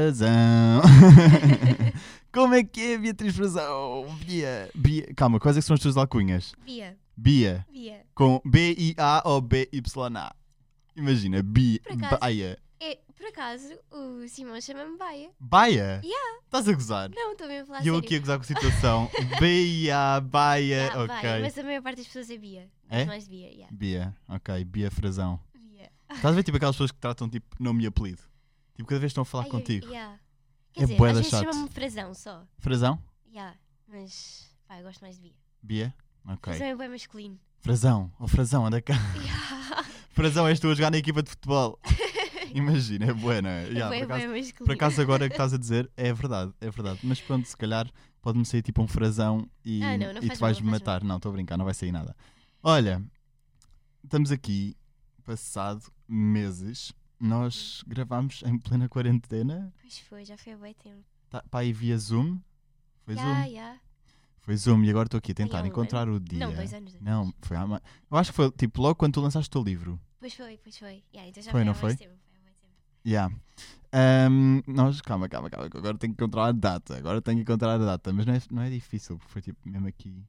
Frazão. Como é que é, Beatriz Frazão? Bia. Calma, quais é que são as tuas alcunhas? Bia. Com B-I-A ou B-Y-A? Imagina, Baia. Por acaso, o Simão chama-me Baia. Baia? Yeah. Estás a gozar? Não, estou mesmo a falar E eu sério. aqui a gozar com a situação. B-I-A, Baia, Yeah, ok. Baia, mas a maior parte das pessoas é Bia. É? Mais Bia, yeah. Bia, ok. Bia Frazão. Bia. Estás a ver tipo aquelas pessoas que tratam tipo nome e apelido? Tipo, cada vez estão a falar contigo. Yeah. É Quer dizer, bué às da vezes chato. chama-me Frazão só. Frazão? Yeah. Mas, pá, eu gosto mais de Bia. Bia? Ok. Frazão é bem masculino. Frazão, Frazão, anda cá. Yeah. Frazão, és tu a jogar na equipa de futebol. Imagina, é bué, não é? Yeah, é por, acaso, bem masculino. por acaso agora que estás a dizer, é verdade. Mas pronto, se calhar pode-me sair tipo um frazão e, não e faz tu vais-me mal, matar. Não, estou a brincar, não vai sair nada. Olha, estamos aqui, passado meses, nós gravámos em plena quarentena. Pois foi, já foi há bem tempo. Pá, aí via Zoom. Foi Zoom. Yeah. Foi Zoom e agora estou aqui a tentar Há um encontrar ano. o dia. Não, 2 anos. Não, foi há eu acho que foi tipo logo quando tu lançaste o teu livro. Pois foi. Yeah, então já Foi, foi não há foi? mais tempo. Yeah. Nós, calma, que agora tenho que encontrar a data. Mas não é difícil, porque foi tipo mesmo aqui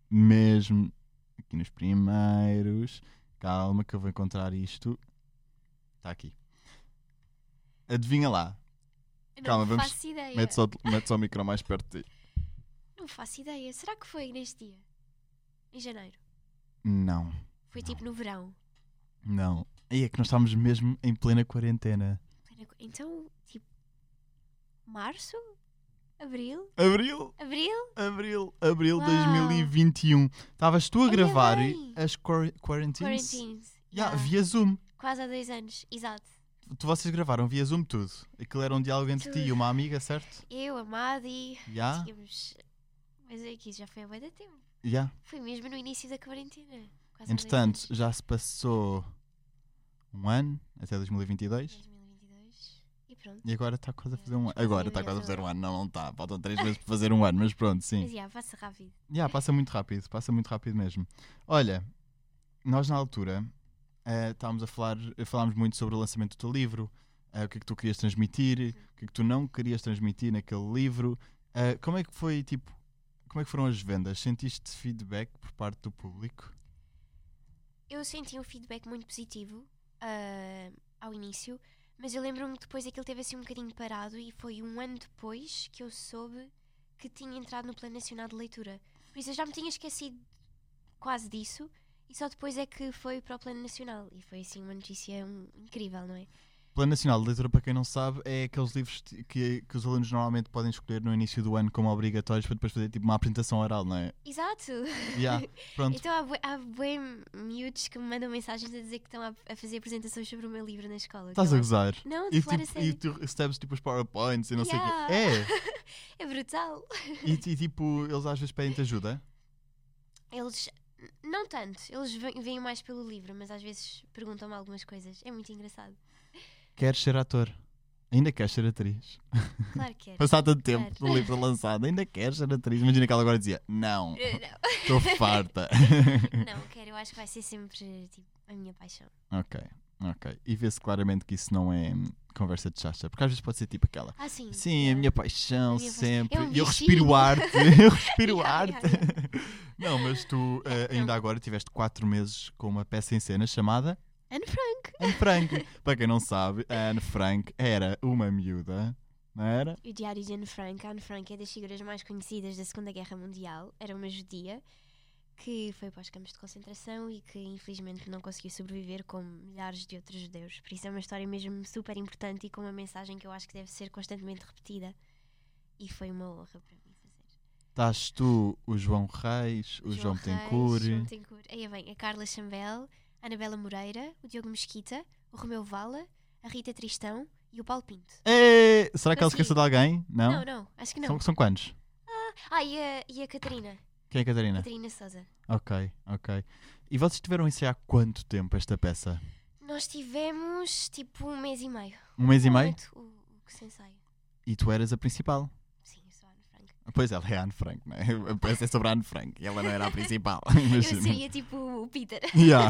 nos primeiros. Calma que eu vou encontrar isto. Está aqui. Adivinha lá. Calma, não vamos. faço ideia. Mete só o micro mais perto de ti. Não faço ideia. Será que foi neste dia? Em janeiro? Não. Foi tipo no verão? Não. Aí é que nós estávamos mesmo em plena quarentena. Então, tipo, março? Abril? Abril Uau. 2021. Estavas tu a gravar bem. as quarantines? Yeah. Via Zoom. Quase há 2 anos, exato. Vocês gravaram via Zoom tudo. Aquilo era um diálogo entre ti e uma amiga, certo? Eu, a Madi, Já? tínhamos... Mas é que isso já foi há muito tempo. Já. Foi mesmo no início da quarentena. Quase há 2 Entretanto, anos. já se passou um ano, até 2022. 2022. E pronto. E agora está quase a fazer um ano. Quase Agora a está quase a fazer fazer um ano. Não está. Faltam 3 meses para fazer um ano, mas pronto, sim. Mas já, passa rápido. Passa muito rápido mesmo. Olha, nós na altura falámos muito sobre o lançamento do teu livro, o que é que tu querias transmitir, o que é que tu não querias transmitir naquele livro. Como é que foram as vendas? Sentiste feedback por parte do público? Eu senti um feedback muito positivo ao início, mas eu lembro-me que depois aquilo teve assim um bocadinho parado e foi um ano depois que eu soube que tinha entrado no Plano Nacional de Leitura. Por isso eu já me tinha esquecido quase disso e só depois é que foi para o Plano Nacional. E foi assim uma notícia incrível, não é? Plano Nacional de Leitura, para quem não sabe, é aqueles livros que os alunos normalmente podem escolher no início do ano como obrigatórios para depois fazer tipo uma apresentação oral, não é? Exato! Pronto. Então há bué miúdos que me mandam mensagens a dizer que estão a fazer apresentações sobre o meu livro na escola. Estás a gozar? Não, de falar a E sério. tu recebes tipo os PowerPoints e não sei o Yeah. quê. É brutal. E tipo, eles às vezes pedem-te ajuda? Eles, não tanto, eles vêm mais pelo livro, mas às vezes perguntam-me algumas coisas. É muito engraçado. Queres ser ator? Ainda queres ser atriz? Claro que quero. Passado tanto tempo Claro. do livro lançado, ainda queres ser atriz? Imagina que ela agora dizia, não, estou farta. Não, quero, eu acho que vai ser sempre tipo, a minha paixão. Ok. E vê-se claramente que isso não é conversa de chacha, porque às vezes pode ser tipo aquela. Sim. Sim, a minha paixão A minha sempre. paixão. É um E eu bichinho. respiro arte. Yeah. Não, mas tu ainda agora tiveste 4 meses com uma peça em cena chamada Anne Frank. Anne Frank. Para quem não sabe, a Anne Frank era uma miúda, não era? O Diário de Anne Frank. A Anne Frank é das figuras mais conhecidas da Segunda Guerra Mundial. Era uma judia que foi para os campos de concentração e que infelizmente não conseguiu sobreviver como milhares de outros judeus. Por isso é uma história mesmo super importante e com uma mensagem que eu acho que deve ser constantemente repetida. E foi uma honra para mim fazer. Estás tu, o João Reis, o João Betancourt. Aí vem a Carla Chambel, a Anabela Moreira, o Diogo Mesquita, o Romeu Vala, a Rita Tristão e o Paulo Pinto. Será que ela esqueceu de alguém? Não? Não, acho que não. São quantos? E a Catarina. Quem é a Catarina? Catarina Sousa. Ok. E vocês tiveram a ensaiar quanto tempo esta peça? Nós tivemos tipo 1 mês e meio. Um mês e meio? O que se ensaia. E tu eras a principal? Sim, eu sou a Anne Frank. Pois ela é a Anne Frank, não é? A peça é sobre a Anne Frank e ela não era a principal. Eu seria tipo o Peter. Yeah.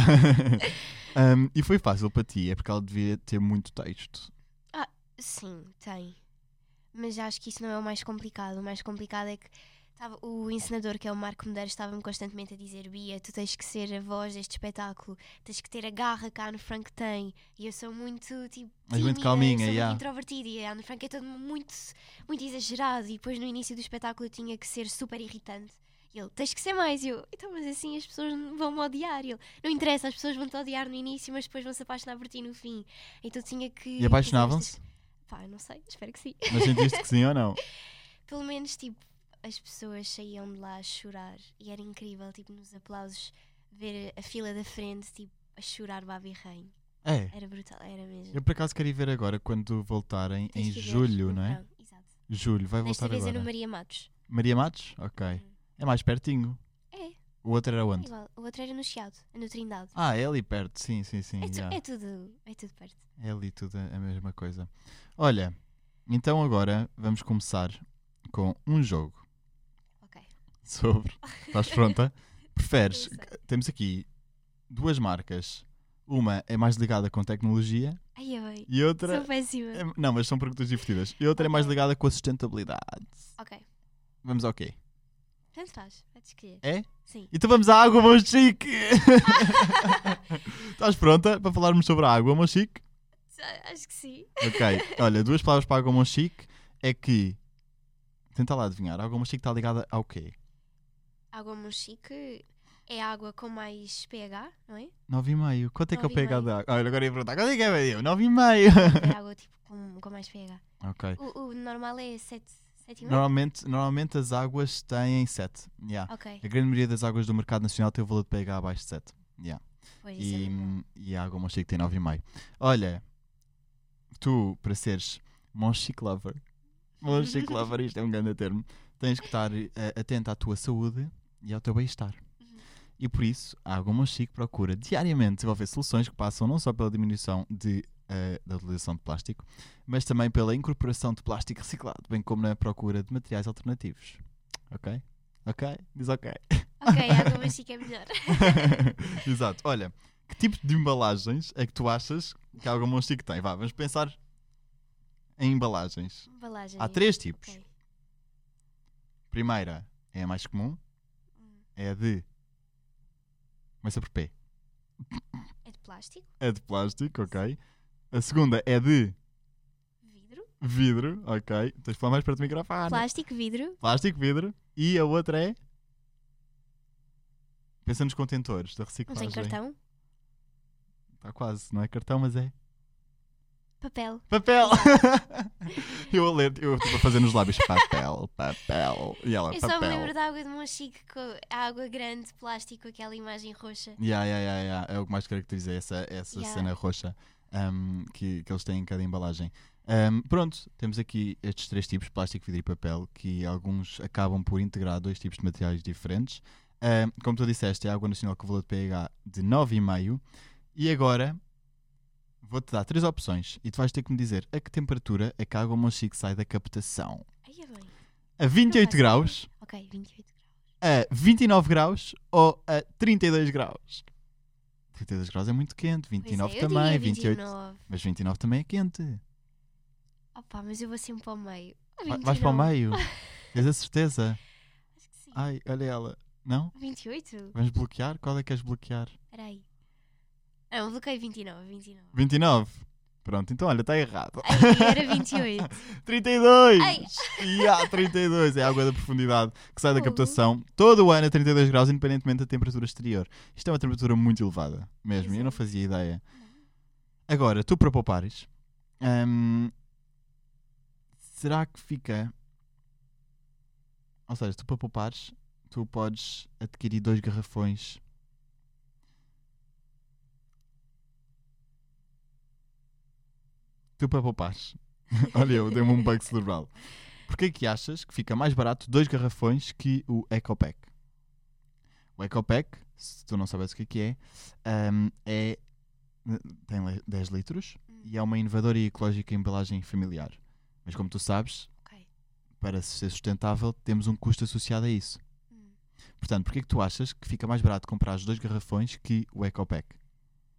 E foi fácil para ti, é porque ela devia ter muito texto. Sim, tem. mas acho que isso não é o mais complicado. O mais complicado é que o encenador, que é o Marco Medeiros, estava-me constantemente a dizer: Bia, tu tens que ser a voz deste espetáculo, tens que ter a garra que a Anne Frank tem. E eu sou muito tipo Mas muito tímida, calminha, sou yeah. muito introvertida, e a Anne Frank é todo muito, muito exagerado. E depois no início do espetáculo eu tinha que ser super irritante. E ele: tens que ser mais. E eu: então, mas assim as pessoas vão-me odiar. E ele: não interessa, as pessoas vão-te odiar no início, mas depois vão se apaixonar por ti no fim. Então tinha que. E apaixonavam-se? Pá, não sei, espero que sim. Mas sentiste que sim ou não? Pelo menos, tipo, as pessoas saíam de lá a chorar e era incrível, tipo, nos aplausos, ver a fila da frente, tipo, a chorar Babi Rainha. É. Era brutal, era mesmo. Eu por acaso quero ir ver agora quando voltarem em julho, não é? Exato. Julho, vai Desta voltar vez agora. é no Maria Matos. Maria Matos? Ok. É mais pertinho. É. O outro era onde? Igual. O outro era no Chiado, no Trindade. Ah, é ali perto, sim. É tudo perto. É ali tudo a mesma coisa. Olha, então agora vamos começar com um jogo. Ok. Sobre. Estás pronta? Preferes? Temos aqui duas marcas. Uma é mais ligada com tecnologia. Ai, é bem. E outra. Sou péssima. Não, mas são perguntas divertidas. E outra é mais ligada com a sustentabilidade. Ok. Vamos ao quê? Tanto faz, vai-te escolher. É? Sim. Então vamos à água Monchique! Estás pronta para falarmos sobre a água Monchique? Acho que sim. Ok, olha, duas palavras para a água Monchique é que. Tenta lá adivinhar, a água Monchique está ligada ao quê? Água Monchique é água com mais pH, não é? 9,5. Quanto é que é o 9,5. pH da água? Olha, agora ia perguntar, quanto é que é, Maria? 9,5. É água tipo com mais pH. Ok. O normal é 7,5? Normalmente as águas têm 7. Yeah. Ok. A grande maioria das águas do mercado nacional tem o valor de pH abaixo de 7. Yeah. Pois, isso é verdade. E a água Monchique tem 9,5. Olha, tu, para seres Monchique Lover, isto é um grande termo, tens que estar atento à tua saúde e ao teu bem-estar. E por isso, a Água Monchique procura diariamente desenvolver soluções que passam não só pela diminuição da utilização de plástico, mas também pela incorporação de plástico reciclado, bem como na procura de materiais alternativos. Ok? Ok? Diz ok. Ok, a Água Monchique é melhor. Exato. Olha, que tipo de embalagens é que tu achas que a Água Monchique tem? Vá, vamos pensar em embalagens. Há 3 tipos. Okay. Primeira é a mais comum. É a de... Começa por P. É de plástico. É de plástico, ok. A segunda é de... Vidro, ok. Tens de falar mais perto do microfone. Plástico, vidro. Plástico, vidro. E a outra é... Pensa nos contentores da reciclagem. Não tem cartão? Está quase. Não é cartão, mas é... Papel. Papel! eu estou a fazer nos lábios papel. E ela, eu papel. só me lembro da água de Monchique com a água grande, plástico, aquela imagem roxa. Yeah. É o que mais caracteriza essa cena roxa que eles têm em cada embalagem. Pronto, temos aqui estes 3 tipos, plástico, vidro e papel, que alguns acabam por integrar 2 tipos de materiais diferentes. Como tu disseste, é a água nacional com valor de pH de 9,5. E agora... Vou-te dar 3 opções e tu vais ter que me dizer a que temperatura é que a água Monchique sai da captação. Aí é bem. A 28 graus, ok, 28 graus. A 29 graus ou a 32 graus? 32 graus é muito quente, 29 também, 28. Mas 29 também é quente. Opa, mas eu vou sempre para o meio. Vais para o meio? Tens a certeza? Acho que sim. Ai, olha ela. Não? 28? Vamos bloquear? Qual é que queres bloquear? Espera aí. Não, bloqueei 29. 29? Pronto, então olha, está errado. Ai, era 28. 32! Ai. 32 é a água da profundidade que sai da captação todo o ano a 32 graus, independentemente da temperatura exterior. Isto é uma temperatura muito elevada, mesmo, eu não fazia ideia. Agora, tu para poupares, será que fica... Ou seja, tu para poupares, tu podes adquirir 2 garrafões... Tu para poupares. Olha, eu dei-me um bug cerebral. Porquê que achas que fica mais barato 2 garrafões que o EcoPack? O EcoPack, se tu não sabes o que é, tem 10 litros e é uma inovadora e ecológica embalagem familiar. Mas como tu sabes, para ser sustentável, temos um custo associado a isso. Portanto, porquê que tu achas que fica mais barato comprar os 2 garrafões que o EcoPack?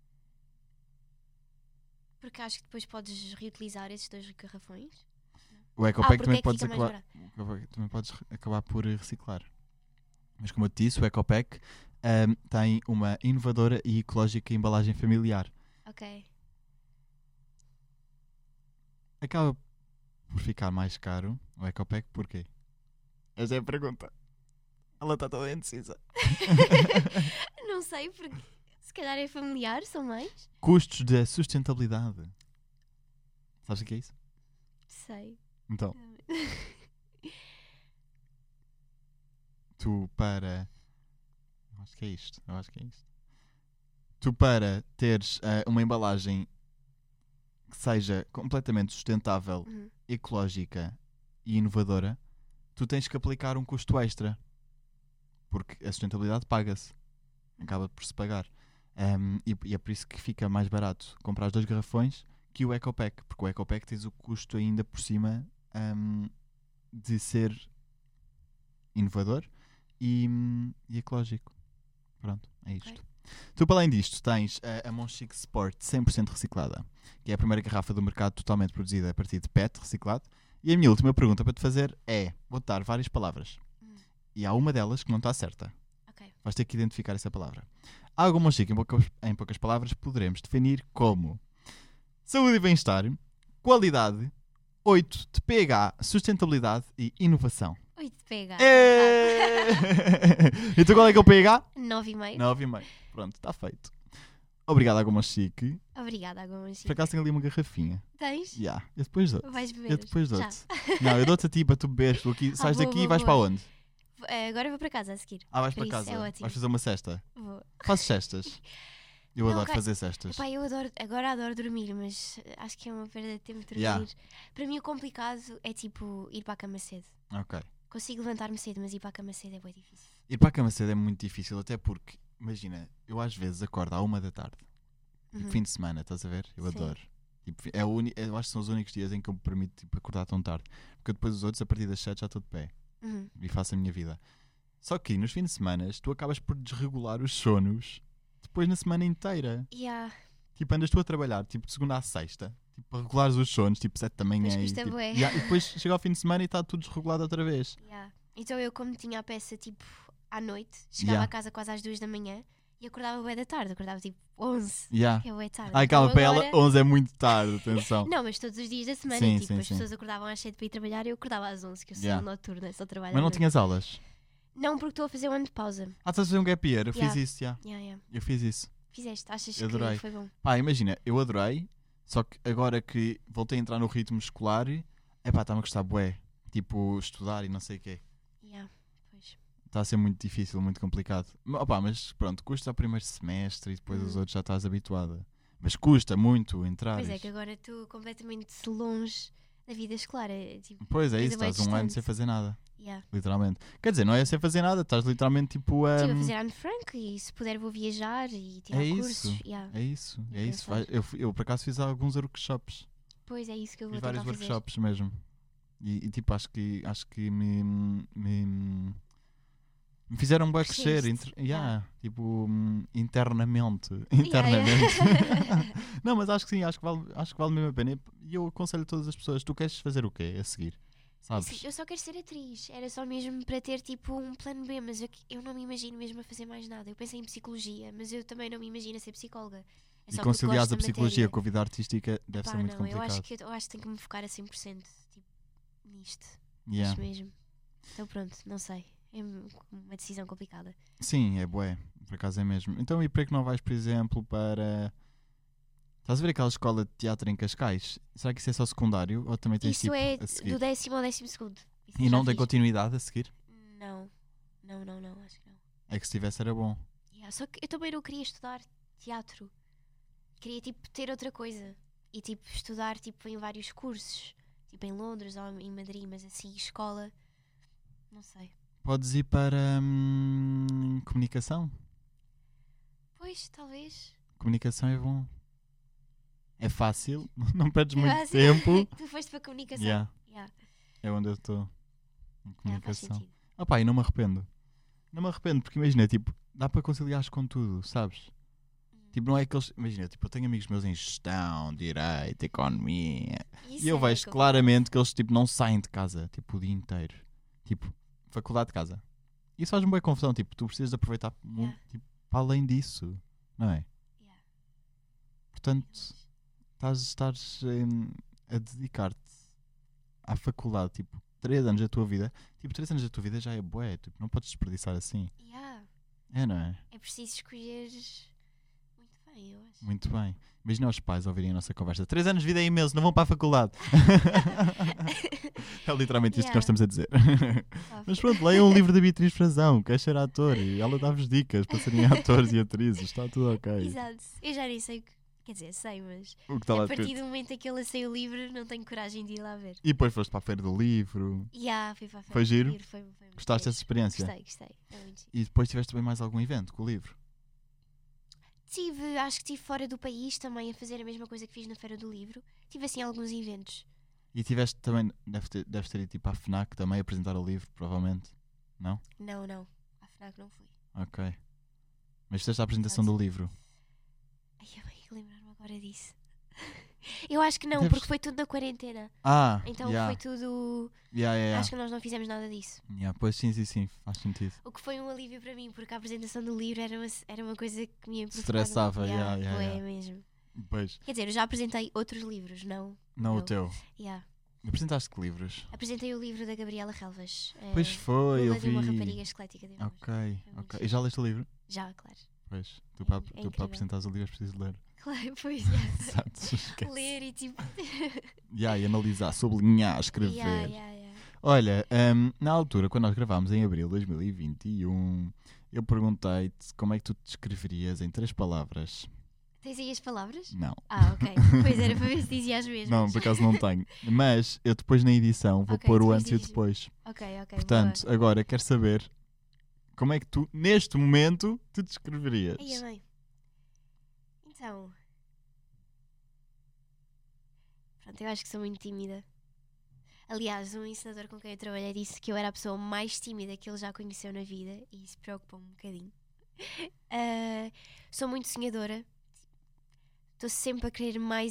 Porque acho que depois podes reutilizar esses 2 garrafões. O Ecopack também porque é que fica mais barato? também podes acabar por reciclar. Mas como eu te disse, o Ecopack tem uma inovadora e ecológica embalagem familiar. Ok. Acaba por ficar mais caro o Ecopack, porquê? Essa é a pergunta. Ela está toda indecisa. Não sei, porque se calhar é familiar, são mais. Custos de sustentabilidade. Sabes o que é isso? Sei. Então, tu para... Eu acho que é isto. Tu para teres uma embalagem que seja completamente sustentável, ecológica e inovadora, tu tens que aplicar um custo extra. Porque a sustentabilidade paga-se. Acaba por se pagar. E é por isso que fica mais barato comprar os 2 garrafões que o Ecopack. Porque o Ecopack tens o custo ainda por cima de ser inovador e ecológico. Pronto, é isto. Okay. Tu, para além disto, tens a Monchique Sport 100% reciclada, que é a primeira garrafa do mercado totalmente produzida a partir de PET reciclado. E a minha última pergunta para te fazer é: vou-te dar várias palavras. E há uma delas que não está certa. Okay. Vais ter que identificar essa palavra. A água Monchique, em poucas palavras, poderemos definir como saúde e bem-estar, qualidade, 8 de pH, sustentabilidade e inovação. 8 de pH. Então qual é que é o pH? 9,5. 9,5. Pronto, está feito. Obrigado, Água Monchique. Obrigada, Água Monchique. Por acaso tenho ali uma garrafinha. Tens? Já. Yeah. Eu depois dou-te. Vais beber? Eu depois dou-te. Não, eu dou-te a ti para tu beberes. Sais daqui e vais para onde? Agora eu vou para casa a seguir. Vais para casa? É ótimo. Vais fazer uma cesta? Vou. Fazes cestas? Eu adoro fazer cestas. Epá, agora adoro dormir, mas acho que é uma perda de tempo dormir. Yeah. Para mim o complicado é tipo ir para a cama cedo. Ok. Consigo levantar-me cedo, mas ir para a cama cedo é bem difícil. Ir para a cama cedo é muito difícil, até porque, imagina, eu às vezes acordo à 1 da tarde. Tipo, fim de semana, estás a ver? Eu adoro. Tipo, eu acho que são os únicos dias em que eu me permito tipo, acordar tão tarde. Porque depois os outros, a partir das 7 já estou de pé. E faço a minha vida. Só que nos fins de semana tu acabas por desregular os sonos depois na semana inteira. Yeah. Tipo, andas tu a trabalhar, tipo, de segunda à sexta, tipo, para regulares os sonos, tipo, 7 da manhã. E depois chega ao fim de semana e está tudo desregulado outra vez. Yeah. Então eu, como tinha a peça, tipo, à noite, chegava a casa quase às 2 da manhã e acordava bem da tarde, acordava tipo 11. Que é bem tarde. Ai, calma, para ela 11 é muito tarde, atenção. Não, mas todos os dias da semana, sim, tipo, as pessoas acordavam às 7 para ir trabalhar e eu acordava às 11, que eu sou noturna, só trabalho. Mas não tinhas aulas? Não, porque estou a fazer um ano de pausa. Estás a fazer um gap year? Eu fiz isso, Eu fiz isso. Fizeste? Achas adorei. Que foi bom? Pá, imagina, eu adorei, só que agora que voltei a entrar no ritmo escolar, está-me a gostar bué. Tipo, estudar e não sei o quê. Pois. Está a ser muito difícil, muito complicado. Mas pronto, custa o primeiro semestre e depois os outros já estás habituada. Mas custa muito entrar. Pois é, que agora estou completamente longe da vida escolar. Tipo, pois é isso, estás um ano sem fazer nada. Yeah. Literalmente. Quer dizer, não é sem fazer nada, estás literalmente tipo a. Sim, a fazer Anne Frank e se puder vou viajar e tirar cursos. É isso. Eu por acaso fiz alguns workshops. Pois é isso que eu vou fiz tentar vários fazer. workshops mesmo. E tipo, acho que me fizeram bem crescer. Tipo, internamente. Não, mas acho que sim, acho que vale mesmo a pena. E eu aconselho a todas as pessoas: tu queres fazer o quê a seguir? Sabes? Sim, eu só quero ser atriz. Era só mesmo para ter tipo um plano B, mas eu não me imagino mesmo a fazer mais nada. Eu pensei em psicologia, mas eu também não me imagino a ser psicóloga. E conciliar a psicologia com a vida artística deve ser muito complicado. Eu acho que tenho que me focar a 100% tipo, nisto. Yeah. Acho mesmo. Então pronto, não sei. É uma decisão complicada. Sim, é bué. Por acaso é mesmo. Então e para que não vais, por exemplo, para... Estás a ver aquela escola de teatro em Cascais? Será que isso é só secundário? Ou também tens isso tipo é a seguir? Do 10º ao 12º. E não tem continuidade a seguir? Não, acho que não. É que se tivesse era bom. Só que eu também não queria estudar teatro. Queria tipo ter outra coisa. E tipo estudar tipo em vários cursos. Tipo em Londres ou em Madrid, mas assim, escola, não sei. Podes ir para comunicação? Pois, talvez. Comunicação é bom. É fácil, não perdes muito tempo. Tu foste para a comunicação. Yeah. É onde eu estou. Em comunicação. E não me arrependo. Não me arrependo, porque imagina, tipo, dá para conciliar com tudo, sabes? Tipo, não é que eles... Imagina, tipo, eu tenho amigos meus em gestão, direito, economia. E eu vejo claramente que eles, tipo, não saem de casa, tipo, o dia inteiro. Tipo, faculdade de casa. Isso faz-me bem confusão. Tipo, tu precisas de aproveitar muito, tipo, para além disso. Não é? Portanto, estás a dedicar-te à faculdade, tipo, 3 anos da tua vida. Tipo, 3 anos da tua vida já é bué. Tipo, não podes desperdiçar assim. É, não é? É preciso escolher muito bem, eu acho. Muito bem. Imagina os pais ouvirem a nossa conversa. 3 anos de vida é imenso, não vão para a faculdade. É literalmente isto que nós estamos a dizer. Mas pronto, leiam o livro da Beatriz Frazão, quer ser ator, e ela dá-vos dicas para serem atores e atrizes. Está tudo ok. Exato. Eu já nem sei, quer dizer, sei, mas O que está lá a partir do momento em que eu lancei o livro, não tenho coragem de ir lá ver. E depois foste para a Feira do Livro. Fui para a Feira Foi giro? do Livro. Foi Gostaste dessa experiência? Gostei. É muito giro. E depois tiveste também mais algum evento com o livro? Acho que estive fora do país também a fazer a mesma coisa que fiz na Feira do Livro. Tive assim alguns eventos. E tiveste também, deves ter ido tipo à FNAC também apresentar o livro, provavelmente? Não? Não. À FNAC não fui. Ok. Mas fizeste a apresentação do livro? Ai, eu bem que lembrar-me agora disso. Eu acho que não, Deves... porque foi tudo na quarentena. Então foi tudo... Acho que nós não fizemos nada disso. Pois sim, faz sentido. O que foi um alívio para mim, porque a apresentação do livro era uma coisa que me estressava. Foi mesmo. Pois. Quer dizer, eu já apresentei outros livros, não o teu. Apresentaste que livros? Apresentei o livro da Gabriela Relvas. Pois foi, eu vi. De uma rapariga esquelética de amor. Ok. E já leste o livro? Já, claro. Pois, tu para apresentares o livro és preciso ler. Claro, pois Exato, ler e tipo... e analisar, sublinhar, escrever. Olha, na altura, quando nós gravámos em abril de 2021, eu perguntei-te como é que tu te descreverias em 3 palavras. Tens aí as palavras? Não. Ok. Pois era para ver se dizia as mesmas. Não, por acaso não tenho. Mas eu depois na edição vou pôr o antes e o depois. Ok. Portanto, boa. agora quero saber como é que tu, neste momento, te descreverias. Aí, bem. Então... Pronto, eu acho que sou muito tímida. Aliás, um ensinador com quem eu trabalhei disse que eu era a pessoa mais tímida que ele já conheceu na vida e isso preocupa-me um bocadinho. Sou muito sonhadora. Estou sempre a querer mais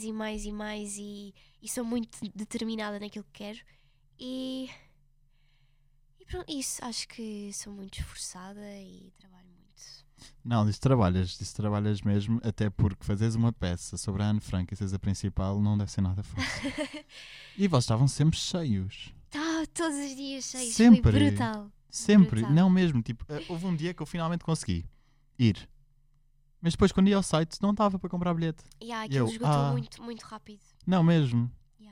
e sou muito determinada naquilo que quero. E pronto, isso. Acho que sou muito esforçada e trabalho muito. Não, disso trabalhas mesmo, até porque fazeres uma peça sobre a Anne Frank e seres a principal não deve ser nada fácil. E vocês estavam sempre cheios. Todos os dias cheios. Sempre. Foi brutal. Sempre. Brutal. Não mesmo. Tipo, houve um dia que eu finalmente consegui ir. Mas depois quando ia ao site não estava para comprar bilhete. Aquilo esgotou muito, muito rápido. Não, mesmo.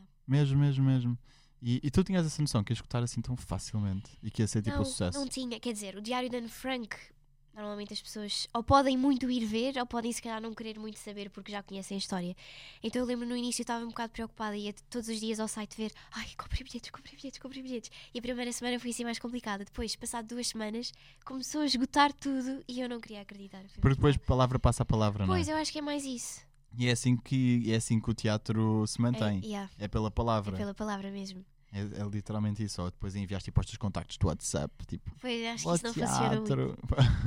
Mesmo. E tu tinhas essa noção que ia escutar assim tão facilmente e que ia ser tipo um sucesso? Não tinha. Quer dizer, o Diário da Anne Frank, normalmente as pessoas ou podem muito ir ver ou podem se calhar não querer muito saber porque já conhecem a história. Então eu lembro no início eu estava um bocado preocupada e ia todos os dias ao site ver comprei bilhetes. E a primeira semana foi assim mais complicada. Depois, passado 2 semanas, começou a esgotar tudo e eu não queria acreditar. Porque depois palavra passa a palavra, não é? Pois, eu acho que é mais isso. E é assim que o teatro se mantém. É pela palavra. É pela palavra mesmo. É literalmente isso. Ou depois enviaste tipo, os teus contactos do WhatsApp. Tipo, pois, acho que isso não funciona muito.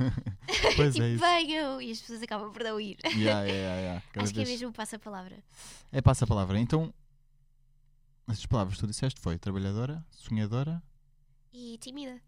Pois tipo, é isso. venham! E as pessoas acabam por não ir. Acho que é mesmo o passa-palavra. É passa-palavra. Então, essas palavras que tu disseste foi trabalhadora, sonhadora... E tímida.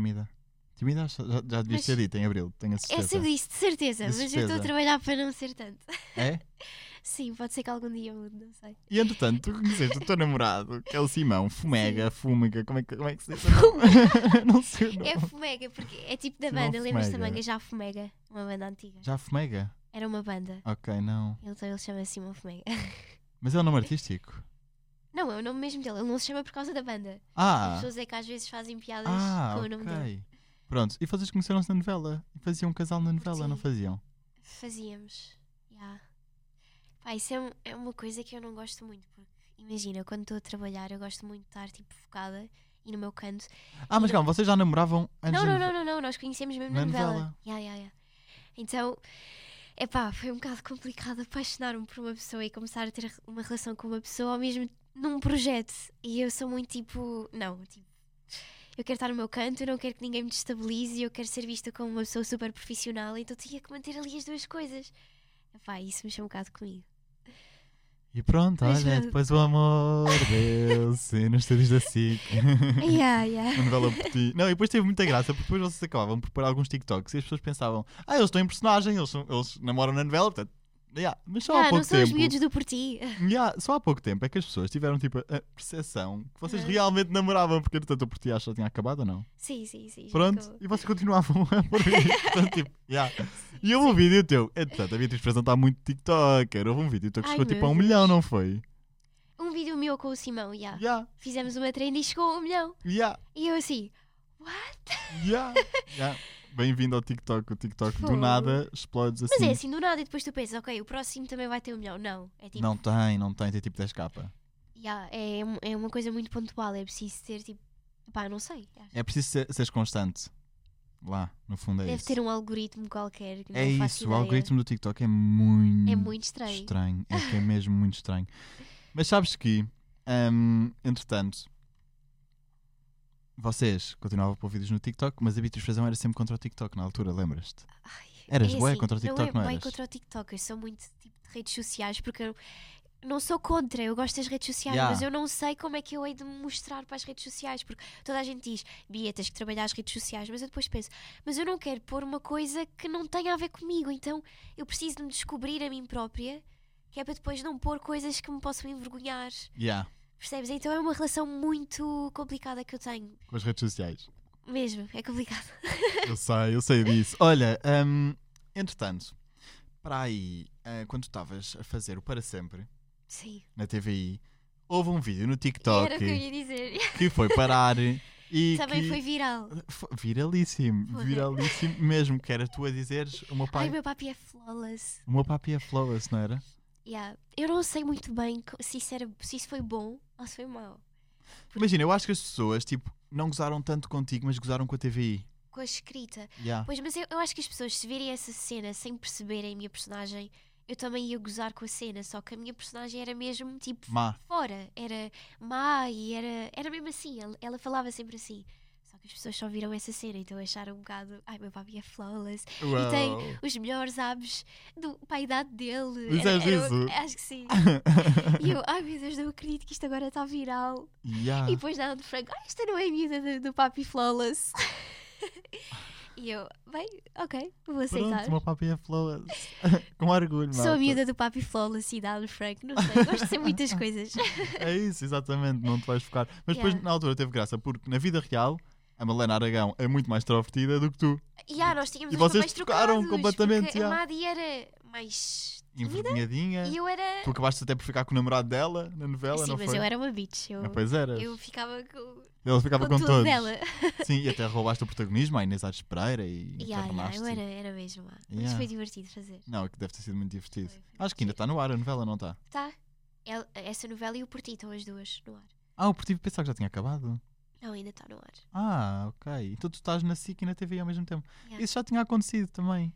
Tímida já devias ter dito em abril, tenho a certeza. Eu sempre disse, de certeza, mas eu estou a trabalhar para não ser tanto. É? Sim, pode ser que algum dia mude, não sei. E entretanto, tu conheceste o teu namorado, que é o Simão, Fumega, como é que se diz? Não sei o nome. É Fumega, porque é tipo da banda, lembras-te da manga Já Fumega? Uma banda antiga. Já Fumega? Era uma banda. Ok, não. Então ele chama-se Simão Fumega. Mas é o nome artístico? Não, é o nome mesmo dele, ele não se chama por causa da banda. As pessoas é que às vezes fazem piadas com o nome dele. Pronto, e vocês conheceram-se na novela? E faziam um casal na novela, não faziam? Fazíamos, isso é uma coisa que eu não gosto muito, porque imagina, quando estou a trabalhar eu gosto muito de estar tipo focada e no meu canto. Mas calma, vocês já namoravam antes? Não, nós conhecemos mesmo na novela. Então, foi um bocado complicado apaixonar-me por uma pessoa e começar a ter uma relação com uma pessoa ao mesmo num projeto. E eu sou muito eu quero estar no meu canto, eu não quero que ninguém me destabilize, eu quero ser vista como uma pessoa super profissional, então tinha que manter ali as duas coisas. Epá, isso mexeu um bocado comigo. E pronto, Mas olha, pronto. depois o amor deu-se nos estúdios da SIC. Yeah. Uma novela por ti. Não, e depois teve muita graça, porque depois vocês acabavam por pôr alguns TikToks e as pessoas pensavam, eles estão em personagem, eles namoram na novela, portanto, mas só há Não pouco são os tempo. miúdos do por ti. Só há pouco tempo é que as pessoas tiveram tipo a percepção que vocês Uhum. realmente namoravam, porque portanto o por ti acho que já tinha acabado ou não? Sim, já Pronto, acabou. e vocês continuavam a pôr vídeos, portanto, tipo, E houve um vídeo teu, portanto, a Beatriz Frazão está muito TikToker, houve um vídeo teu que Ai, chegou tipo meu a 1 Deus. milhão, não foi? Um vídeo meu com o Simão, Yeah, Fizemos uma treina e chegou a 1 milhão. yeah, E eu assim, yeah. Bem-vindo ao TikTok, o TikTok do Fogo. nada explodes assim. mas é assim, do nada, e depois tu pensas, ok, o próximo também vai ter 1 milhão. Não, é tipo, Não tem tipo 10k. é uma coisa muito pontual, é preciso ter tipo, pá, não sei. É preciso seres constante. Lá, no fundo é Deve isso. ter um algoritmo qualquer que não É faço isso, o ideia. algoritmo do TikTok é muito, É muito estranho. É que é mesmo muito estranho. Mas sabes que, entretanto, vocês continuavam a pôr vídeos no TikTok, mas a Beatriz Frazão era sempre contra o TikTok na altura, lembras-te? Ai, Eras é bué assim, contra o TikTok, não não é bem eras? contra o TikTok, eu sou muito tipo de redes sociais porque eu não sou contra, eu gosto das redes sociais, Yeah. mas eu não sei como é que eu hei de me mostrar para as redes sociais, porque toda a gente diz, Bia, tens que trabalhar as redes sociais, mas eu depois penso, mas eu não quero pôr uma coisa que não tenha a ver comigo, então eu preciso de me descobrir a mim própria, que é para depois não pôr coisas que me possam envergonhar. Yeah, Percebes? Então é uma relação muito complicada que eu tenho. com as redes sociais. Mesmo, é complicado. Eu sei disso. Olha, entretanto, para aí, quando tu estavas a fazer o Para Sempre, Sim. na TVI, houve um vídeo no TikTok Era o que eu ia dizer. que foi parar e Também que foi viral. viralíssimo, Foi. viralíssimo mesmo, que era tu a dizeres o meu pai, Ai, meu papi é flawless. o meu papi é flawless, não era? Yeah. Eu não sei muito bem se isso foi bom ou se foi mau. Imagina, eu acho que as pessoas tipo, não gozaram tanto contigo, mas gozaram com a TVI. Com a escrita. Yeah. Pois, mas eu acho que as pessoas, se virem essa cena sem perceberem a minha personagem, eu também ia gozar com a cena. Só que a minha personagem era mesmo tipo Má. fora. Era má e era mesmo assim. Ela falava sempre assim. Só que as pessoas só viram essa cena, então acharam um bocado. Ai, meu papi é flawless. E tem os melhores abs para a idade dele. Dizes isso? Acho que sim. E eu, ai meu Deus, não acredito que isto agora está viral. Yeah. E depois dá de frango, esta não é a miúda do papi flawless. E eu, bem, ok, vou aceitar. Pronto, o meu papi é flawless. Com orgulho, Sou a malta. miúda do papi flawless e dá de frango, não sei, gosto de ser muitas coisas. É isso, exatamente, não te vais focar. Mas depois, Yeah. na altura, teve graça, porque na vida real, a Malena Aragão é muito mais extrovertida do que tu. E nós tínhamos E os vocês papéis trocaram trocados, completamente, porque yeah. a Madi era mais tímida Envergonhadinha. e eu era... Tu acabaste até por ficar com o namorado dela na novela, Sim, não mas foi? eu era uma bitch, Pois eras. eu ficava com Ela ficava com tudo todos. dela. Sim, e até roubaste o protagonismo à Inês Aires Pereira e Yeah, encarnaste. eu era mesmo lá, mas Yeah. foi divertido fazer. Não, que deve ter sido muito divertido. Foi Acho que ainda está no ar a novela, não está? Tá, essa novela e o Porti estão as duas no ar. Ah, o Portivo pensava que já tinha acabado. Não, ainda está no ar. Ah, ok. Então tu estás na SIC e na TV ao mesmo tempo. Yeah. Isso já tinha acontecido também.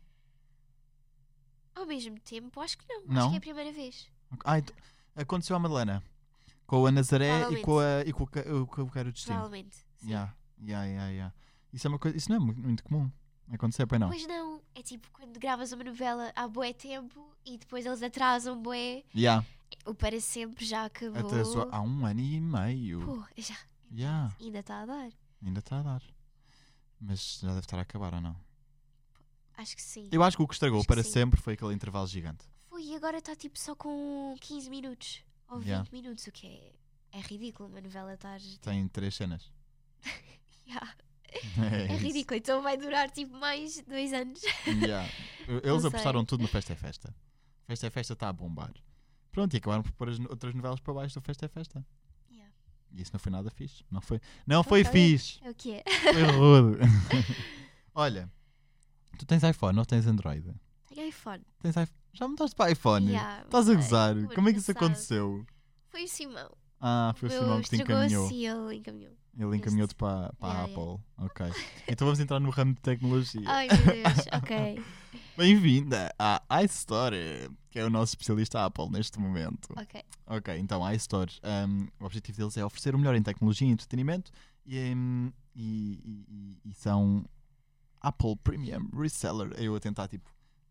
Ao mesmo tempo, acho que não. Não? Acho que é a primeira vez. Ah, então, aconteceu à Madalena. Com a Nazaré e Provavelmente. com o Quero Destino. Provavelmente. Sim. Yeah. Isso é uma coisa, isso não é muito comum acontecer, pois não? Pois não, é tipo quando gravas uma novela há bué tempo e depois eles atrasam bué. Yeah. O Para Sempre já acabou. Até só há 1 ano e meio. Pô, já. Yeah. Ainda está a dar. Ainda está a dar. Mas já deve estar a acabar ou não? Acho que sim. Eu acho que o que estragou Acho que para sim. sempre foi aquele intervalo gigante. Foi, e agora está tipo só com 15 minutos. Ou 20 Yeah. minutos, o que é ridículo uma novela estar... Tem 3 cenas. Yeah. É É isso. ridículo, então vai durar tipo mais 2 anos. Yeah. Eles Não sei. apostaram tudo no Festa é Festa. Festa é Festa está a bombar. Pronto, e acabaram por pôr as outras novelas para baixo do Festa é Festa. Yeah. E isso não foi nada fixe. Não foi Ok. fixe. É o que é. Foi rude. Olha, tu tens iPhone ou tens Android? Tenho iPhone. Já mudaste para iPhone? Yeah, Estás a mudei. gozar? O Como é que isso ano passado. aconteceu? Foi o Simão. Ah, foi o Simão que te encaminhou. Estragou-se e ele encaminhou. Ele encaminhou-te para a Yeah, Apple. Ok. Então vamos entrar no ramo de tecnologia. Ai meu Deus, ok. Bem-vinda à iStore, que é o nosso especialista Apple neste momento. Ok. Ok, então a iStore, o objetivo deles é oferecer o melhor em tecnologia e entretenimento e são Apple Premium Reseller. Eu a tentar tipo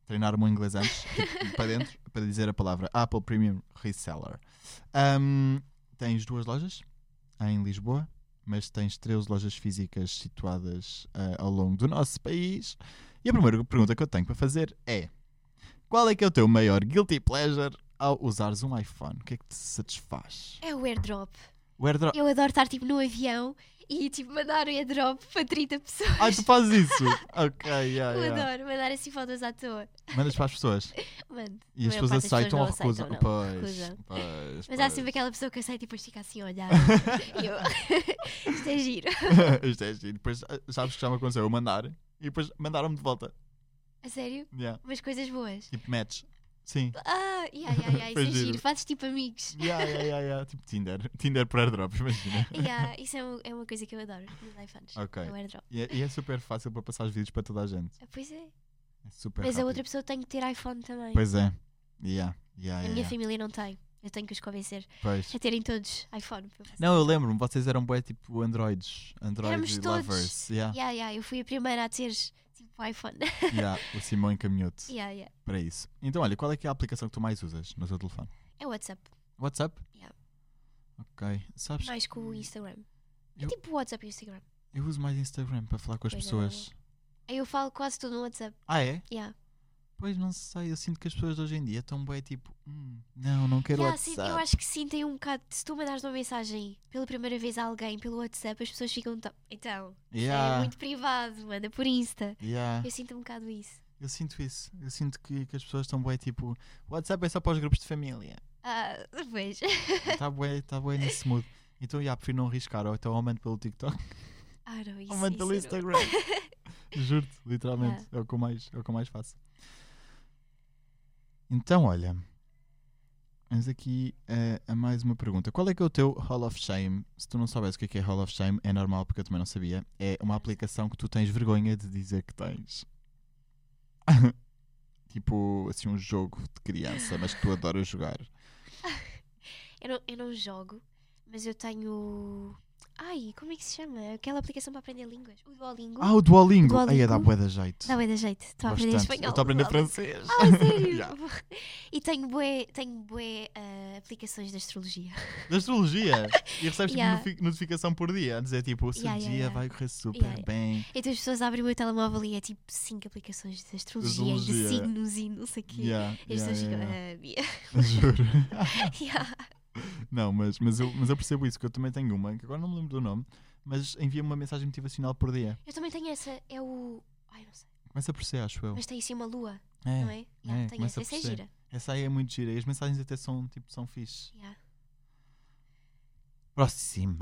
treinar o meu inglês antes, tipo, para dentro, para dizer a palavra Apple Premium Reseller. Tens 2 lojas em Lisboa, mas tens 13 lojas físicas situadas ao longo do nosso país. E a primeira pergunta que eu tenho para fazer é: qual é que é o teu maior guilty pleasure ao usares um iPhone? O que é que te satisfaz? É o AirDrop. O AirDrop. Eu adoro estar tipo no avião e tipo mandar o AirDrop para 30 pessoas. Tu fazes isso? Ok, Eu adoro mandar assim fotos à toa. Mandas para as pessoas? Mando. E as pessoas aceitam ou recusam? Mas há sempre aquela pessoa que aceita e depois fica assim a olhar. E eu... Isto é giro. Isto é giro. Depois, sabes que já me aconteceu eu mandar e depois mandaram-me de volta. A sério? Yeah. Umas coisas boas. Tipo match. Sim. Isso é giro. Fazes tipo amigos. Tipo Tinder por airdrop, imagina. Isso é uma coisa que eu adoro nos iPhones. Ok. É o airdrop. E é super fácil para passar os vídeos para toda a gente. Pois é. É super Mas rápido. a outra pessoa tem que ter iPhone também. Pois é. A minha família não tem. Eu tenho que os convencer a terem todos iPhone. Não, eu lembro-me, vocês eram bué tipo Android Éramos lovers. Eu fui a primeira a ter tipo iPhone. O Simão encaminhou-te para isso. Então, olha, qual é que é a aplicação que tu mais usas no teu telefone? É o WhatsApp. WhatsApp? Ok. Sabes? Mais com o Instagram. É tipo o WhatsApp e o Instagram. Eu uso mais Instagram para falar com as pessoas. Eu falo quase tudo no WhatsApp. É? Pois não sei, eu sinto que as pessoas de hoje em dia estão bem tipo, não quero WhatsApp. Eu acho que sim, tem um bocado. Se tu mandares uma mensagem pela primeira vez a alguém pelo WhatsApp, as pessoas ficam então, é muito privado, manda por Insta. Eu sinto um bocado isso. Eu sinto isso. Eu sinto que as pessoas estão bem tipo, o WhatsApp é só para os grupos de família. Pois. Está bem nesse mood. Então, prefiro não arriscar, ou então aumento pelo TikTok. Não, isso. Aumento pelo Instagram. Juro-te, literalmente. É o que eu mais faço. Então, olha, vamos aqui a mais uma pergunta. Qual é que é o teu Hall of Shame? Se tu não soubes o que é Hall of Shame, é normal porque eu também não sabia. É uma aplicação que tu tens vergonha de dizer que tens. Tipo, assim, um jogo de criança, mas que tu adoras jogar. Eu não jogo, mas eu tenho... como é que se chama? Aquela aplicação para aprender línguas. O Duolingo. O Duolingo. Aí dá bué da jeito. Dá bué da jeito. Estou a aprender espanhol. Eu estou a aprender francês. Sério? E tenho bué aplicações de astrologia. De astrologia? E recebes notificação por dia a dizer tipo, o seu dia vai correr super bem. Então as pessoas abrem o meu telemóvel e é tipo 5 aplicações de astrologia e de signos e não sei o quê. E as pessoas ficam... Juro. Não, mas eu percebo isso, que eu também tenho uma, que agora não me lembro do nome, mas envia-me uma mensagem motivacional por dia. Eu também tenho essa, é o... não sei. Começa por ser, acho eu. Mas tem assim uma lua, não é? Tenho essa é gira. Essa aí é muito gira, e as mensagens até são fixe. Próxima.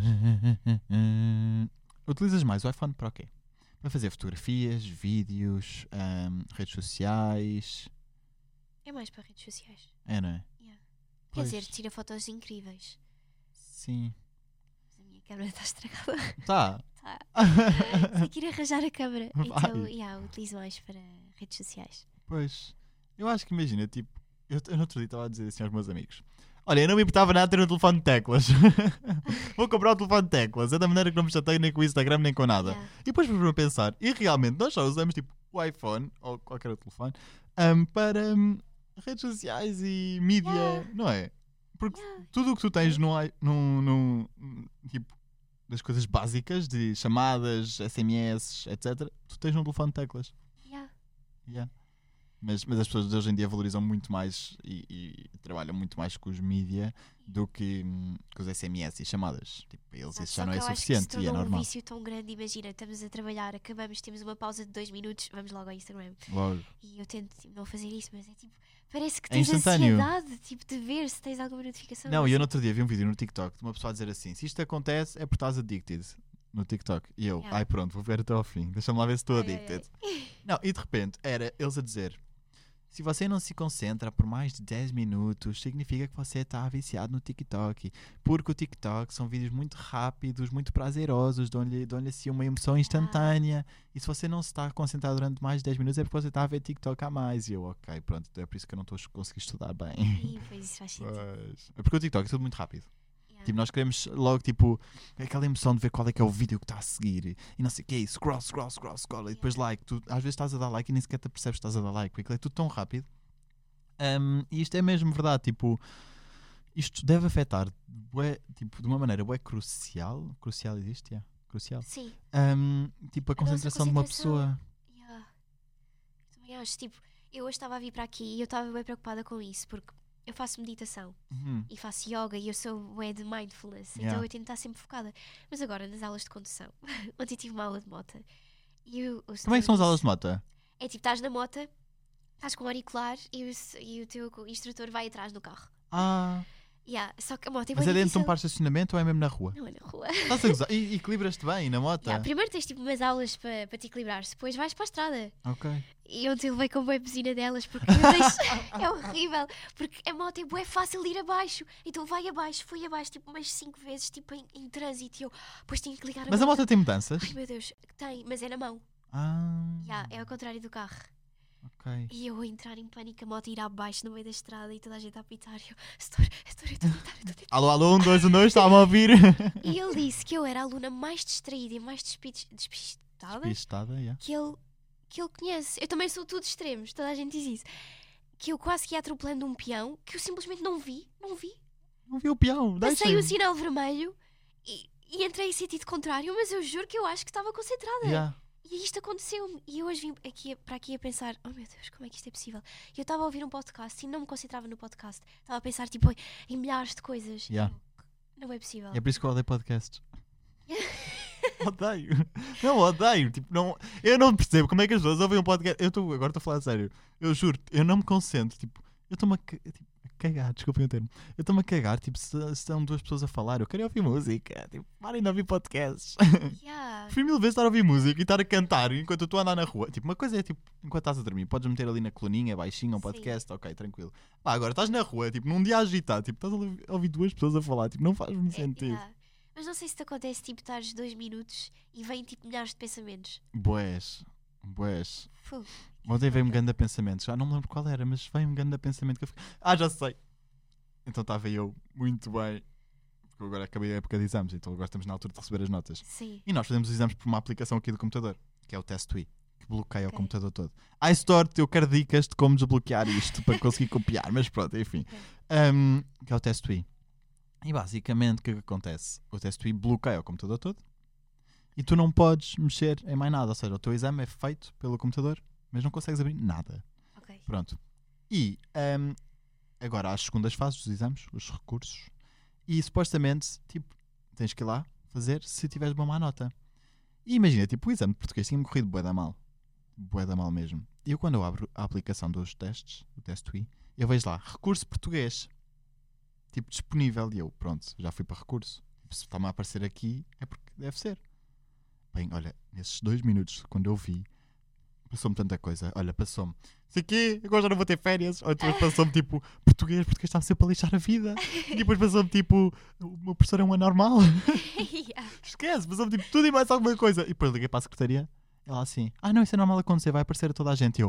Utilizas mais o iPhone para o quê? Para fazer fotografias, vídeos, redes sociais? É mais para redes sociais. Não é? Quer dizer, tira fotos incríveis. Sim. Mas a minha câmera está estragada. Tá. Tenho que ir arranjar a câmera. Então, utilizo mais para redes sociais. Pois. Eu acho que imagina, tipo, eu no outro dia estava a dizer assim aos meus amigos: olha, eu não me importava nada de ter um telefone de teclas. Vou comprar um telefone de teclas. É da maneira que não me chateio nem com o Instagram nem com nada. E depois para pensar, e realmente nós só usamos tipo o iPhone ou qualquer outro telefone para redes sociais e mídia, não é? Porque tudo o que tu tens no tipo das coisas básicas de chamadas, SMS, etc., tu tens num telefone de teclas. Mas as pessoas de hoje em dia valorizam muito mais e trabalham muito mais com os mídia do que com os SMS e chamadas. Tipo, para eles isso já não é suficiente e é normal. Um vício tão grande, imagina, estamos a trabalhar, acabamos, temos uma pausa de 2 minutos, vamos logo ao Instagram. E eu tento não fazer isso, mas é tipo, parece que tens ansiedade tipo, de ver se tens alguma notificação. Não, e eu no outro dia vi um vídeo no TikTok de uma pessoa a dizer assim: se isto acontece é porque estás addicted no TikTok. E eu, pronto, vou ver até ao fim, deixa-me lá ver se estou addicted. Não, e de repente era eles a dizer: se você não se concentra por mais de 10 minutos, significa que você está viciado no TikTok. Porque o TikTok são vídeos muito rápidos, muito prazerosos, dão-lhe assim uma emoção instantânea. E se você não se está a concentrar durante mais de 10 minutos, é porque você está a ver TikTok a mais. E eu, ok, pronto, é por isso que eu não estou a conseguir estudar bem. Pois isso faz sentido. É porque o TikTok é tudo muito rápido. Yeah. Tipo, nós queremos logo, tipo, aquela emoção de ver qual é que é o vídeo que está a seguir e não sei o que, scroll, e depois like. Tu às vezes estás a dar like e nem sequer te percebes que estás a dar like, porque aquilo é tudo tão rápido. E isto é mesmo verdade, tipo, isto deve afetar tipo, de uma maneira crucial. Crucial existe? Yeah. Crucial. Sim. Tipo, a concentração de uma pessoa. Yeah. Também acho, tipo, eu hoje estava a vir para aqui e eu estava bem preocupada com isso, porque eu faço meditação e faço yoga e eu sou bué de mindfulness, então eu tento estar sempre focada. Mas agora, nas aulas de condução, ontem tive uma aula de moto. Como é que são as aulas de moto? É tipo, estás na moto, estás com o auricular e o teu instrutor vai atrás no carro. Yeah, só que a moto é Mas é dentro de um parque de estacionamento ou é mesmo na rua? Não, é na rua. Estás a gozar? E equilibras-te bem na moto? Primeiro tens tipo umas aulas para te equilibrar, depois vais para a estrada. Ok. E ontem eu levei com uma buzina delas porque é horrível. Porque a moto é bué fácil de ir abaixo. Então vai abaixo, fui abaixo tipo umas 5 vezes tipo em trânsito. E eu depois tinha que ligar a moto. Mas a moto tem mudanças? Ai meu Deus, tem, mas é na mão. É ao contrário do carro. Ok. E eu a entrar em pânico, a moto ir abaixo no meio da estrada e toda a gente a apitar. E eu, Setor, eu estou a tentar. Alô, 1, 2, 1, 2, está-me a ouvir? E ele disse que eu era a aluna mais distraída e mais despistada que ele conhece. Eu também sou tudo extremos, toda a gente diz isso. Que eu quase que ia atropelando um peão que eu simplesmente não vi. Não vi o peão. Passei o sinal vermelho e entrei em sentido contrário, mas eu juro que eu acho que estava concentrada. E isto aconteceu-me. E eu hoje vim para aqui a pensar, oh meu Deus, como é que isto é possível? E eu estava a ouvir um podcast e não me concentrava no podcast. Estava a pensar tipo em milhares de coisas. Não é possível. É por isso que eu odeio podcasts. Odeio. Não, odeio. Tipo, não, eu não percebo como é que as pessoas ouvem um podcast. Agora estou a falar sério. Eu juro, eu não me concentro. Tipo, eu estou-me a cagar, desculpem o termo. Eu estou-me a cagar, tipo, se estão 2 pessoas a falar, eu quero ouvir música. Tipo, parem de ouvir podcasts. Prefiro 1000 vezes estar a ouvir música e estar a cantar enquanto eu estou a andar na rua. Tipo, uma coisa é tipo, enquanto estás a dormir, podes meter ali na coluninha, baixinho, um podcast, ok, tranquilo. Agora estás na rua, tipo, num dia agitado, tipo, estás a ouvir 2 pessoas a falar, tipo, não faz muito sentido. Mas não sei se te acontece, tipo, estares 2 minutos e vêm, tipo, milhares de pensamentos. Bués. Ontem veio-me grande pensamento. Já não me lembro qual era, mas veio-me grande pensamento que eu fiquei... já sei. Então estava eu muito bem. Porque eu agora acabei a época de exames, então agora estamos na altura de receber as notas. Sim. E nós fazemos os exames por uma aplicação aqui do computador, que é o TestWe, que bloqueia o computador todo. iStore, eu quero dicas de como desbloquear isto para conseguir copiar, mas pronto, enfim. Que é o TestWe. E basicamente o que acontece? O TestWe bloqueia o computador todo e tu não podes mexer em mais nada. Ou seja, o teu exame é feito pelo computador, mas não consegues abrir nada. Pronto. E agora há as segundas fases dos exames, os recursos, e supostamente tipo, tens que ir lá fazer se tiveres uma má nota. E imagina, tipo, o exame de português tinha-me corrido bué da mal. Bué da mal mesmo. E eu quando eu abro a aplicação dos testes, o TestWe, eu vejo lá, recurso português. Tipo, disponível. E eu, pronto, já fui para recurso. Se está-me a aparecer aqui, é porque deve ser. Bem, olha, nesses 2 minutos, quando eu vi, passou-me tanta coisa. Olha, passou-me, sei quê, agora já não vou ter férias. Ou depois passou-me, tipo, português está-me sempre a lixar a vida. E depois passou-me, tipo, o meu professor é um anormal. Esquece, passou-me, tipo, tudo e mais alguma coisa. E depois liguei para a secretaria. Ela assim, não, isso é normal acontecer, vai aparecer a toda a gente. E eu...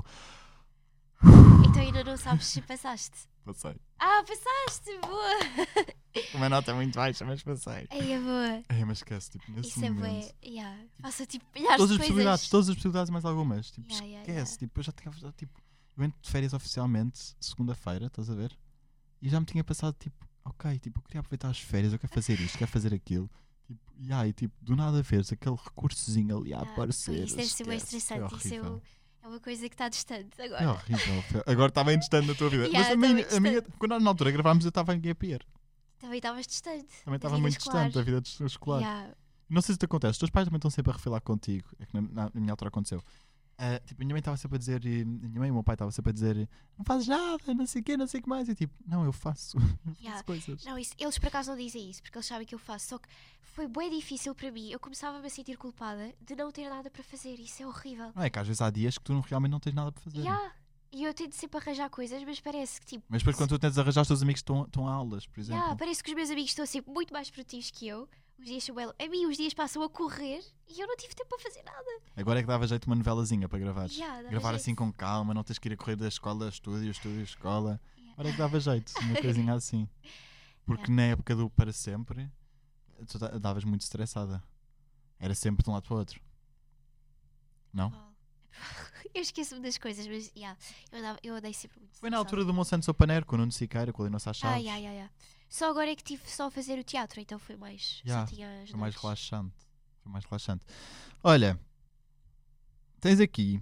Então ainda não sabes se passaste? Passei. Passaste, boa! Uma nota é muito baixa, mas passei. É boa. Mas esquece, tipo, nesse isso momento. Isso é bué, Faça tipo milhares de coisas. Todas as possibilidades mais algumas. Tipo, esquece, tipo, eu já tinha, tipo, eu entro de férias oficialmente segunda-feira, estás a ver? E já me tinha passado, tipo, ok, tipo, eu queria aproveitar as férias, eu quero fazer isto, quero fazer aquilo. Tipo, e tipo, do nada veres aquele recursozinho ali a aparecer. Isso deve ser bem estressante, isso é uma coisa que está distante agora. É horrível. Agora está bem distante da tua vida. Mas a minha, quando na altura gravámos, eu estava em gap year. Também estavas distante. Também estava muito distante da vida escolar. Não sei se te acontece, os teus pais também estão sempre a refilar contigo. É que na minha altura aconteceu. Tipo, a minha mãe estava sempre a dizer, minha mãe e o meu pai estavam sempre a dizer, não fazes nada, não sei o quê, não sei o que mais. E tipo, não, eu faço, faço coisas. Não, eles por acaso não dizem isso, porque eles sabem que eu faço. Só que foi bem difícil para mim. Eu começava-me a sentir culpada de não ter nada para fazer. Isso é horrível. Não é que às vezes há dias que tu realmente não tens nada para fazer. E eu tento sempre arranjar coisas, mas parece que tipo... Mas depois quando tu tentas arranjar, os teus amigos estão a aulas, por exemplo. Parece que os meus amigos estão sempre muito mais produtivos que eu. Os dias são a mim os dias passam a correr e eu não tive tempo para fazer nada. Agora é que dava jeito uma novelazinha para gravares. Gravar jeito. Assim com calma, não tens que ir a correr da escola, estúdio, escola. Agora é que dava jeito, uma coisinha assim. Porque na época do para sempre, tu davas muito estressada. Era sempre de um lado para o outro. Não? Eu esqueço-me das coisas, mas eu andei sempre muito. Foi na altura do Monsanto Sopaner, com o Nuno Siqueira, com a Lina Chaves. Só agora é que tive só a fazer o teatro, então foi mais. Só tinha as foi mais relaxante. Olha, tens aqui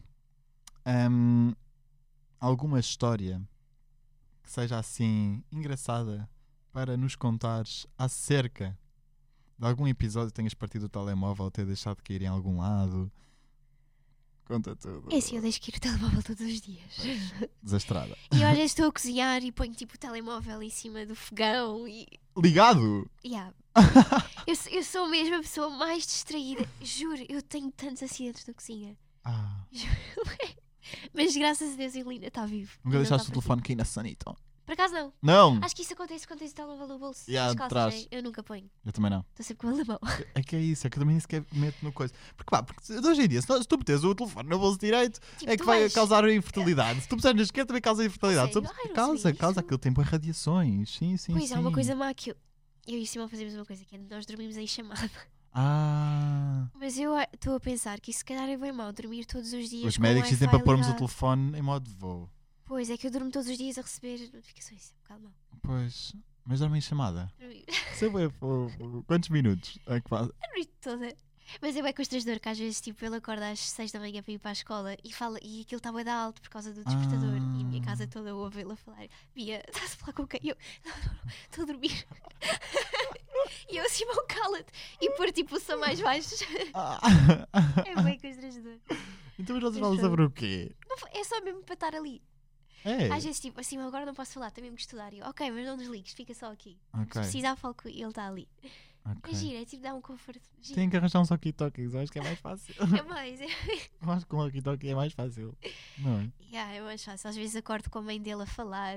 alguma história que seja assim engraçada para nos contares acerca de algum episódio que tenhas partido o telemóvel ou ter deixado de cair em algum lado? Conta tudo. É assim, eu deixo cair o telemóvel todos os dias. Desastrada. E às vezes estou a cozinhar e ponho tipo o telemóvel em cima do fogão e... Ligado? Eu sou mesmo a pessoa mais distraída. Juro, eu tenho tantos acidentes na cozinha. Juro. Mas graças a Deus a Helena está vivo. Nunca deixaste o telefone cair na sanita? Por acaso não. Não? Acho que isso acontece quando tens o telemóvel no bolso. Atrás. Eu nunca ponho. Eu também não. Estou sempre com ele na mão. É que é isso, é que eu também nem sequer meto no coisa. Porque hoje em dia, se tu metes o telefone no bolso direito, tipo, é que vai causar infertilidade. Se tu puseres na esquerda, também causa infertilidade. Causa aquele tempo em radiações. Sim. Pois é, uma coisa má que eu e o Simão fazemos uma coisa, que é nós dormimos em chamada. Mas eu estou a pensar que isso se calhar é bem mau, dormir todos os dias. Os médicos dizem para pormos o telefone em modo de voo. Pois, é que eu durmo todos os dias a receber notificações, é um bocado mau. Pois, mas dorme em chamada. Sempre é fofo. Quantos minutos é que faz? A noite toda. Mas é bem constrangedor que às vezes tipo, ele acorda às 6 da manhã para ir para a escola e aquilo está bem alto por causa do despertador. E a minha casa toda ouve ele a falar: Bia, estás a falar com quem? E eu: não, estou a dormir. E eu assim: Simão, cala-te. E pôr tipo o som mais baixo. É bem constrangedor. Então mas vocês falam sobre o quê? É só mesmo para estar ali. Às vezes tipo assim, agora não posso falar, tenho mesmo que estudar. E eu: ok, mas não desligues, fica só aqui. Se precisar, falo com ele, ele está ali. É giro, é tipo dar um conforto. Tem que arranjar um walkie-talkies, eu acho que é mais fácil. É mais. Eu acho que um walkie-talkie é mais fácil. Não é? É mais fácil. Às vezes acordo com a mãe dele a falar.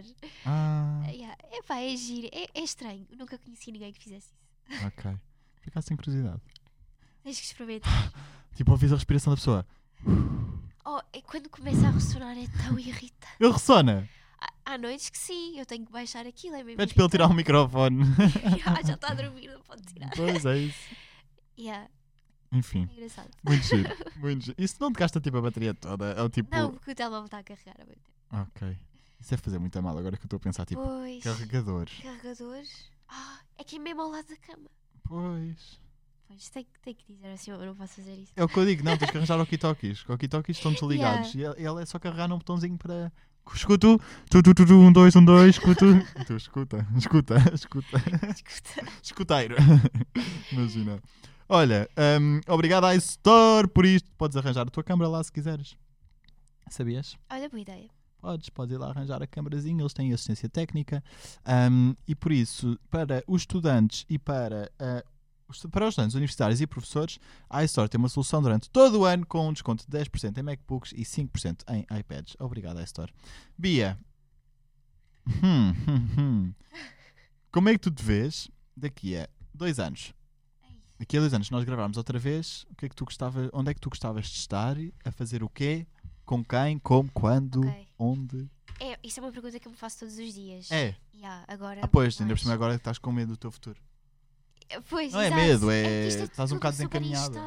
É giro. É estranho. Eu nunca conheci ninguém que fizesse isso. Ok. Por acaso tenho curiosidade. Tens que experimentar. Tipo, ouvis a respiração da pessoa. Quando começa a ressonar é tão irritante. Ele ressona? Há noites que sim, eu tenho que baixar aquilo. Pedes para ele tirar o microfone. Já está a dormir, não pode tirar. Pois é isso. Enfim. É engraçado. Muito giro. Isso não te gasta tipo a bateria toda? É o tipo... Não, porque o telemóvel está a carregar há muito tempo. Ok. Isso é fazer muito mal agora que eu estou a pensar tipo... Carregadores. É que é mesmo ao lado da cama. Pois, tem que dizer assim, eu não posso fazer isso. É o que eu digo, não, tens que arranjar walkie-talkies. Walkie-talkies estão desligados. E ele é só carregar num botãozinho para... Escuto, 1, 2, 1, 2, escuto. Tu escuta. Escuteiro. Imagina. Olha, obrigado à iStore por isto. Podes arranjar a tua câmera lá se quiseres. Sabias? Olha, boa ideia. Podes ir lá arranjar a câmerazinha, eles têm assistência técnica. E por isso, para os estudantes e para os estudantes universitários e professores, a iStore tem uma solução durante todo o ano com um desconto de 10% em MacBooks e 5% em iPads. Obrigado, iStore. Bia, como é que tu te vês daqui a 2 anos? Daqui a 2 anos, se nós gravarmos outra vez, onde é que tu gostavas de estar? A fazer o quê? Com quem? Como? Quando? Onde? Isso é uma pergunta que eu me faço todos os dias. Agora, pois, ainda por cima agora estás com medo do teu futuro. Pois, não exato. É medo, estás um bocado desencaminhado.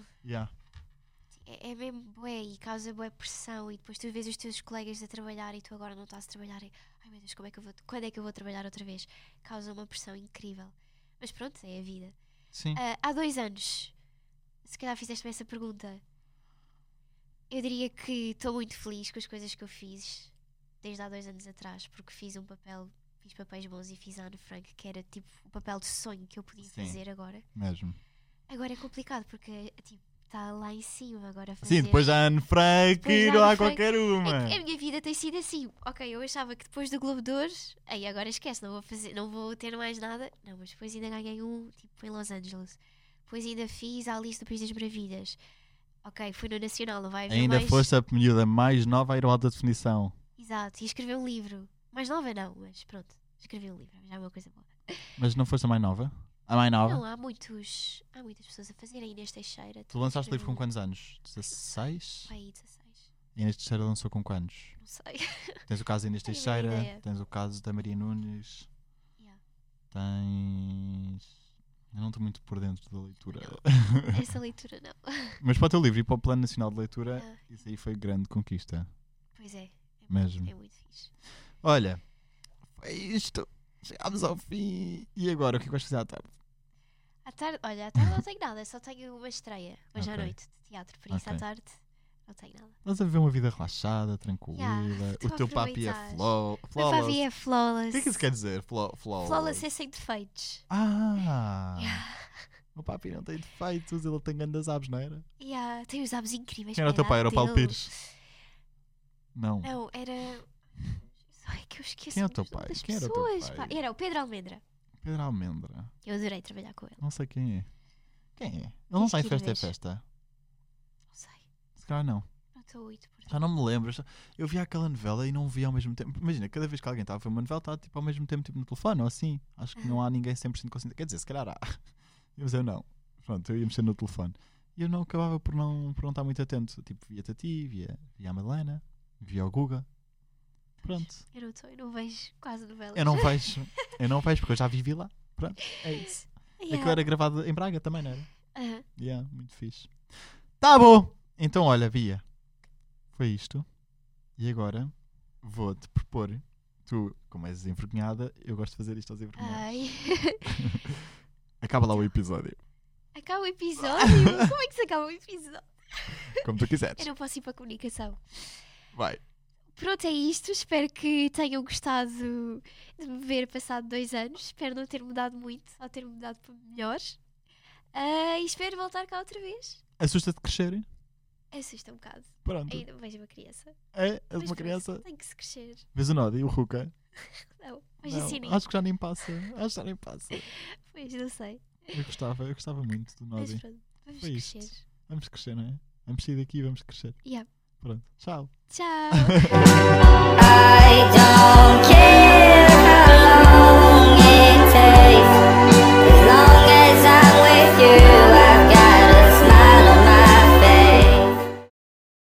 É mesmo bué e causa bué pressão e depois tu vês os teus colegas a trabalhar e tu agora não estás a trabalhar e ai meu Deus, quando é que eu vou trabalhar outra vez? Causa uma pressão incrível. Mas pronto, é a vida. Sim. Há 2 anos, se calhar fizeste-me essa pergunta, eu diria que estou muito feliz com as coisas que eu fiz desde há 2 anos atrás, porque fiz papéis bons e fiz a Anne Frank, que era tipo o papel de sonho que eu podia fazer agora. Mesmo. Agora é complicado porque tipo, está lá em cima agora a fazer. Sim, depois da Anne Frank não há qualquer uma. A minha vida tem sido assim. Ok, eu achava que depois do Globo de Ouro, agora esquece, não vou ter mais nada. Não, mas depois ainda ganhei tipo em Los Angeles. Depois ainda fiz a Alice do País das Maravilhas. Ok, fui no Nacional, não vai haver ainda mais... foste a miúda mais nova a ir ao alta definição. Exato, e escrevi um livro. Mais nova não, mas pronto, escrevi um livro, já é uma coisa boa. Mas não foste a mais nova? A mais nova? Não, há muitas pessoas a fazerem. A Inês Teixeira. Tu lançaste o livro com quantos anos? 16? Aí, 16. E a Inês Teixeira lançou com quantos? Não sei. Tens o caso da Inês Teixeira, tens o caso da Maria Nunes. tens... Eu não estou muito por dentro da leitura. Não, essa leitura não. Mas para o teu livro e para o Plano Nacional de Leitura, isso aí foi grande conquista. Pois é. Mesmo. É muito fixe. Olha, foi isto. Chegámos ao fim. E agora, o que é que vais fazer à tarde? À tarde não tenho nada. Só tenho uma estreia hoje à noite de teatro. Por isso, à tarde, não tenho nada. Estás a viver uma vida relaxada, tranquila. O teu papi é flawless. O teu papi é flawless. O que é que isso quer dizer? Flawless. Flawless é sem defeitos. O papi não tem defeitos. Ele tem grandes abs, não era? Tem os abs incríveis. Quem era o teu pai? Era o Paulo Pires? Não. Não, era... Ai, que eu esqueci. Quem é o teu pai? Quem era o teu pai? Era o Pedro Almendra. Pedro Almendra. Eu adorei trabalhar com ele. Não sei quem é. Quem é? Ele não está em Festa? Não sei. Se calhar não. Não estou muito por Já não me lembro. Eu vi aquela novela e não vi ao mesmo tempo. Imagina, cada vez que alguém estava a ver uma novela, estava tipo, ao mesmo tempo tipo, no telefone ou assim. Acho que não há ninguém 100% consciente. Quer dizer, se calhar há. Mas eu não. Pronto, eu ia mexer no telefone. E eu não acabava por não estar muito atento. Tipo, via a Tati, via a Madalena, via o Guga. Pronto. Eu não vejo quase novelas. Eu não vejo porque eu já vivi lá. Pronto, é isso. Aquilo era gravado em Braga também, não era? Muito fixe. Tá bom! Então, olha, Bia. Foi isto. E agora vou-te propor. Tu, como és envergonhada, eu gosto de fazer isto aos envergonhados. Acaba lá o episódio. Acaba o episódio? Como é que se acaba o episódio? Como tu quiseres. Eu não posso ir para a comunicação. Vai. Pronto, é isto. Espero que tenham gostado de me ver passado 2 anos. Espero não ter mudado muito, ou ter mudado para melhor. E espero voltar cá outra vez. Assusta-te crescer? Assusta um bocado. Pronto. Ainda vejo uma criança. É? És uma criança? Tem que se crescer. Vês o Nodi e o Ruka? Não, mas assim nem. Acho que já nem passa. Pois, não sei. Eu gostava muito do Nodi. Mas pronto, vamos crescer. Vamos crescer, não é? Vamos sair daqui e vamos crescer. Yeah. Pronto, tchau. Tchau.